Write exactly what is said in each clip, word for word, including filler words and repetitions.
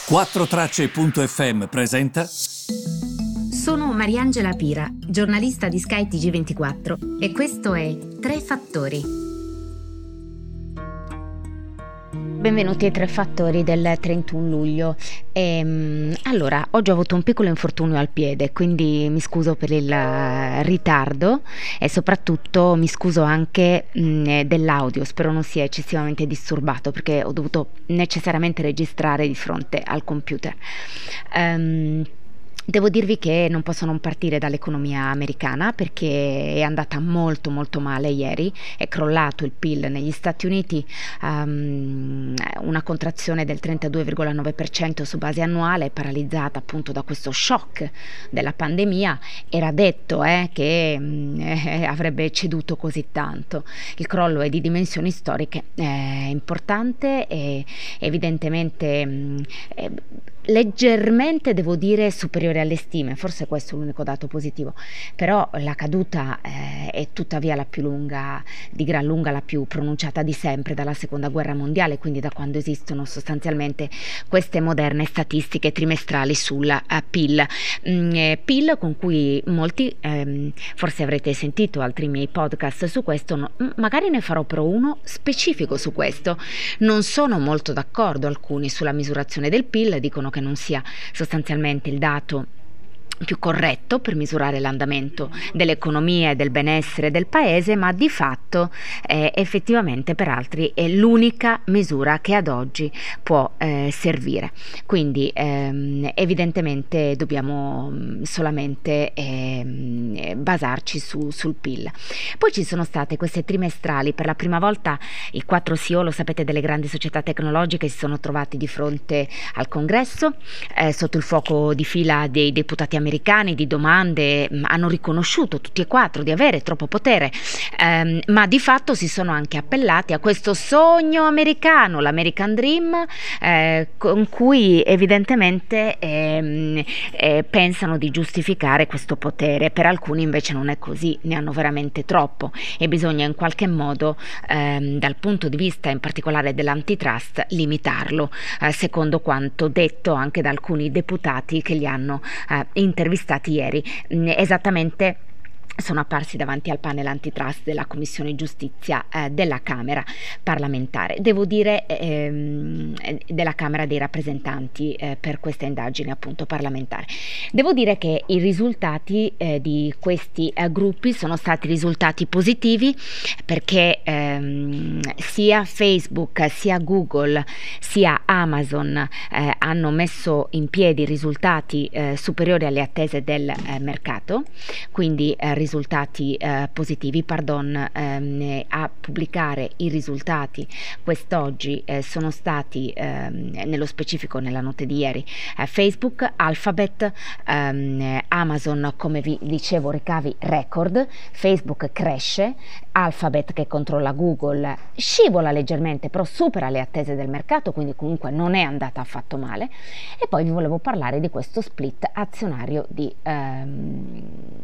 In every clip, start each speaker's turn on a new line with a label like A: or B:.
A: quattro tracce punto effe emme presenta.
B: Sono Mariangela Pira, giornalista di Sky T G ventiquattro e questo è Tre Fattori. Benvenuti ai Tre Fattori del trentuno luglio. E, allora, oggi ho avuto un piccolo infortunio al piede, quindi mi scuso per il ritardo e soprattutto mi scuso anche mh, dell'audio. Spero non sia eccessivamente disturbato perché ho dovuto necessariamente registrare di fronte al computer. Um, Devo dirvi che non posso non partire dall'economia americana perché è andata molto molto male ieri, è crollato il P I L negli Stati Uniti, um, una contrazione del trentadue virgola nove per cento su base annuale, paralizzata appunto da questo shock della pandemia. Era detto eh, che eh, avrebbe ceduto così tanto. Il crollo è di dimensioni storiche eh, importante e evidentemente mh, eh, leggermente, devo dire, superiore alle stime, forse questo è l'unico dato positivo, però la caduta eh, è tuttavia la più lunga, di gran lunga la più pronunciata di sempre dalla seconda guerra mondiale, quindi da quando esistono sostanzialmente queste moderne statistiche trimestrali sul uh, P I L. Mm, eh, P I L con cui molti, ehm, forse avrete sentito altri miei podcast su questo, no, magari ne farò però uno specifico su questo. Non sono molto d'accordo alcuni sulla misurazione del P I L, dicono che non sia sostanzialmente il dato più corretto per misurare l'andamento dell'economia e del benessere del paese, ma di fatto eh, effettivamente per altri è l'unica misura che ad oggi può eh, servire. Quindi ehm, evidentemente dobbiamo solamente ehm, basarci su, sul P I L. Poi ci sono state queste trimestrali, per la prima volta i quattro C E O, lo sapete, delle grandi società tecnologiche si sono trovati di fronte al Congresso eh, sotto il fuoco di fila dei deputati americani di domande. Hanno riconosciuto tutti e quattro di avere troppo potere, ehm, ma di fatto si sono anche appellati a questo sogno americano, l'American Dream, eh, con cui evidentemente ehm, eh, pensano di giustificare questo potere. Per alcuni invece non è così, ne hanno veramente troppo e bisogna in qualche modo ehm, dal punto di vista in particolare dell'antitrust limitarlo, eh, secondo quanto detto anche da alcuni deputati che li hanno eh, intervistati ieri. Esattamente sono apparsi davanti al panel antitrust della Commissione Giustizia eh, della Camera parlamentare, devo dire ehm, della Camera dei rappresentanti eh, per questa indagine appunto parlamentare. Devo dire che i risultati eh, di questi eh, gruppi sono stati risultati positivi perché ehm, sia Facebook, sia Google, sia Amazon eh, hanno messo in piedi risultati eh, superiori alle attese del eh, mercato, quindi eh, risultati eh, positivi, pardon, ehm, a pubblicare i risultati quest'oggi eh, sono stati ehm, nello specifico nella notte di ieri eh, Facebook, Alphabet, ehm, Amazon, come vi dicevo, ricavi record, Facebook cresce, Alphabet che controlla Google scivola leggermente però supera le attese del mercato, quindi comunque non è andata affatto male. E poi vi volevo parlare di questo split azionario di, ehm,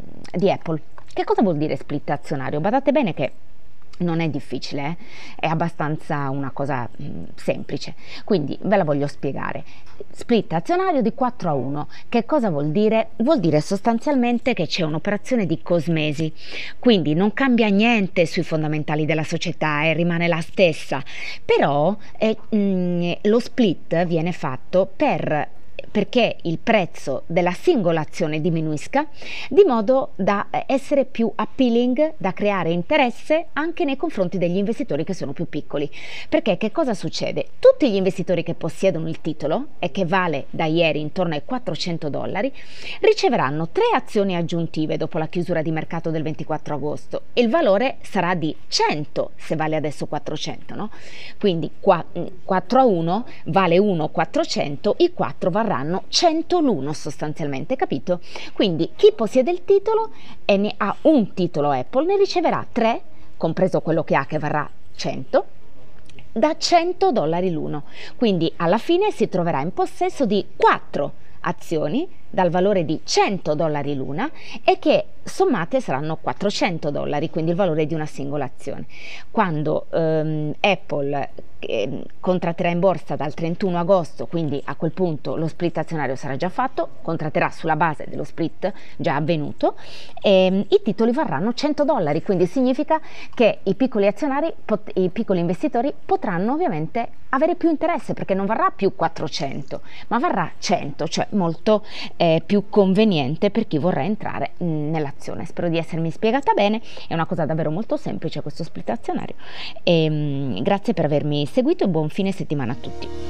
B: di Apple. Che cosa vuol dire split azionario? Badate bene che non è difficile, eh? È abbastanza una cosa mh, semplice, quindi ve la voglio spiegare. Split azionario di quattro a uno, che cosa vuol dire? Vuol dire sostanzialmente che c'è un'operazione di cosmesi, quindi non cambia niente sui fondamentali della società e eh, rimane la stessa, però eh, mh, lo split viene fatto per perché il prezzo della singola azione diminuisca, di modo da essere più appealing, da creare interesse anche nei confronti degli investitori che sono più piccoli. Perché che cosa succede? Tutti gli investitori che possiedono il titolo, e che vale da ieri intorno ai quattrocento dollari, riceveranno tre azioni aggiuntive dopo la chiusura di mercato del ventiquattro agosto. Il valore sarà di cento se vale adesso quattrocento, no? Quindi quattro a uno vale uno quattrocento, i quattro varranno centouno sostanzialmente, capito? Quindi chi possiede il titolo e ne ha un titolo Apple ne riceverà tre, compreso quello che ha che varrà cento, da cento dollari l'uno. Quindi alla fine si troverà in possesso di quattro azioni dal valore di cento dollari l'una e che sommate saranno quattrocento dollari, quindi il valore di una singola azione. Quando ehm, Apple eh, contratterà in borsa dal trentuno agosto, quindi a quel punto lo split azionario sarà già fatto, contratterà sulla base dello split già avvenuto, e i titoli varranno cento dollari, quindi significa che i piccoli azionari, pot- i piccoli investitori potranno ovviamente avere più interesse, perché non varrà più quattrocento ma varrà cento, cioè molto eh, più conveniente per chi vorrà entrare mh, nell'azione. Spero di essermi spiegata bene, è una cosa davvero molto semplice questo split azionario, e, mh, grazie per avermi seguito e buon fine settimana a tutti.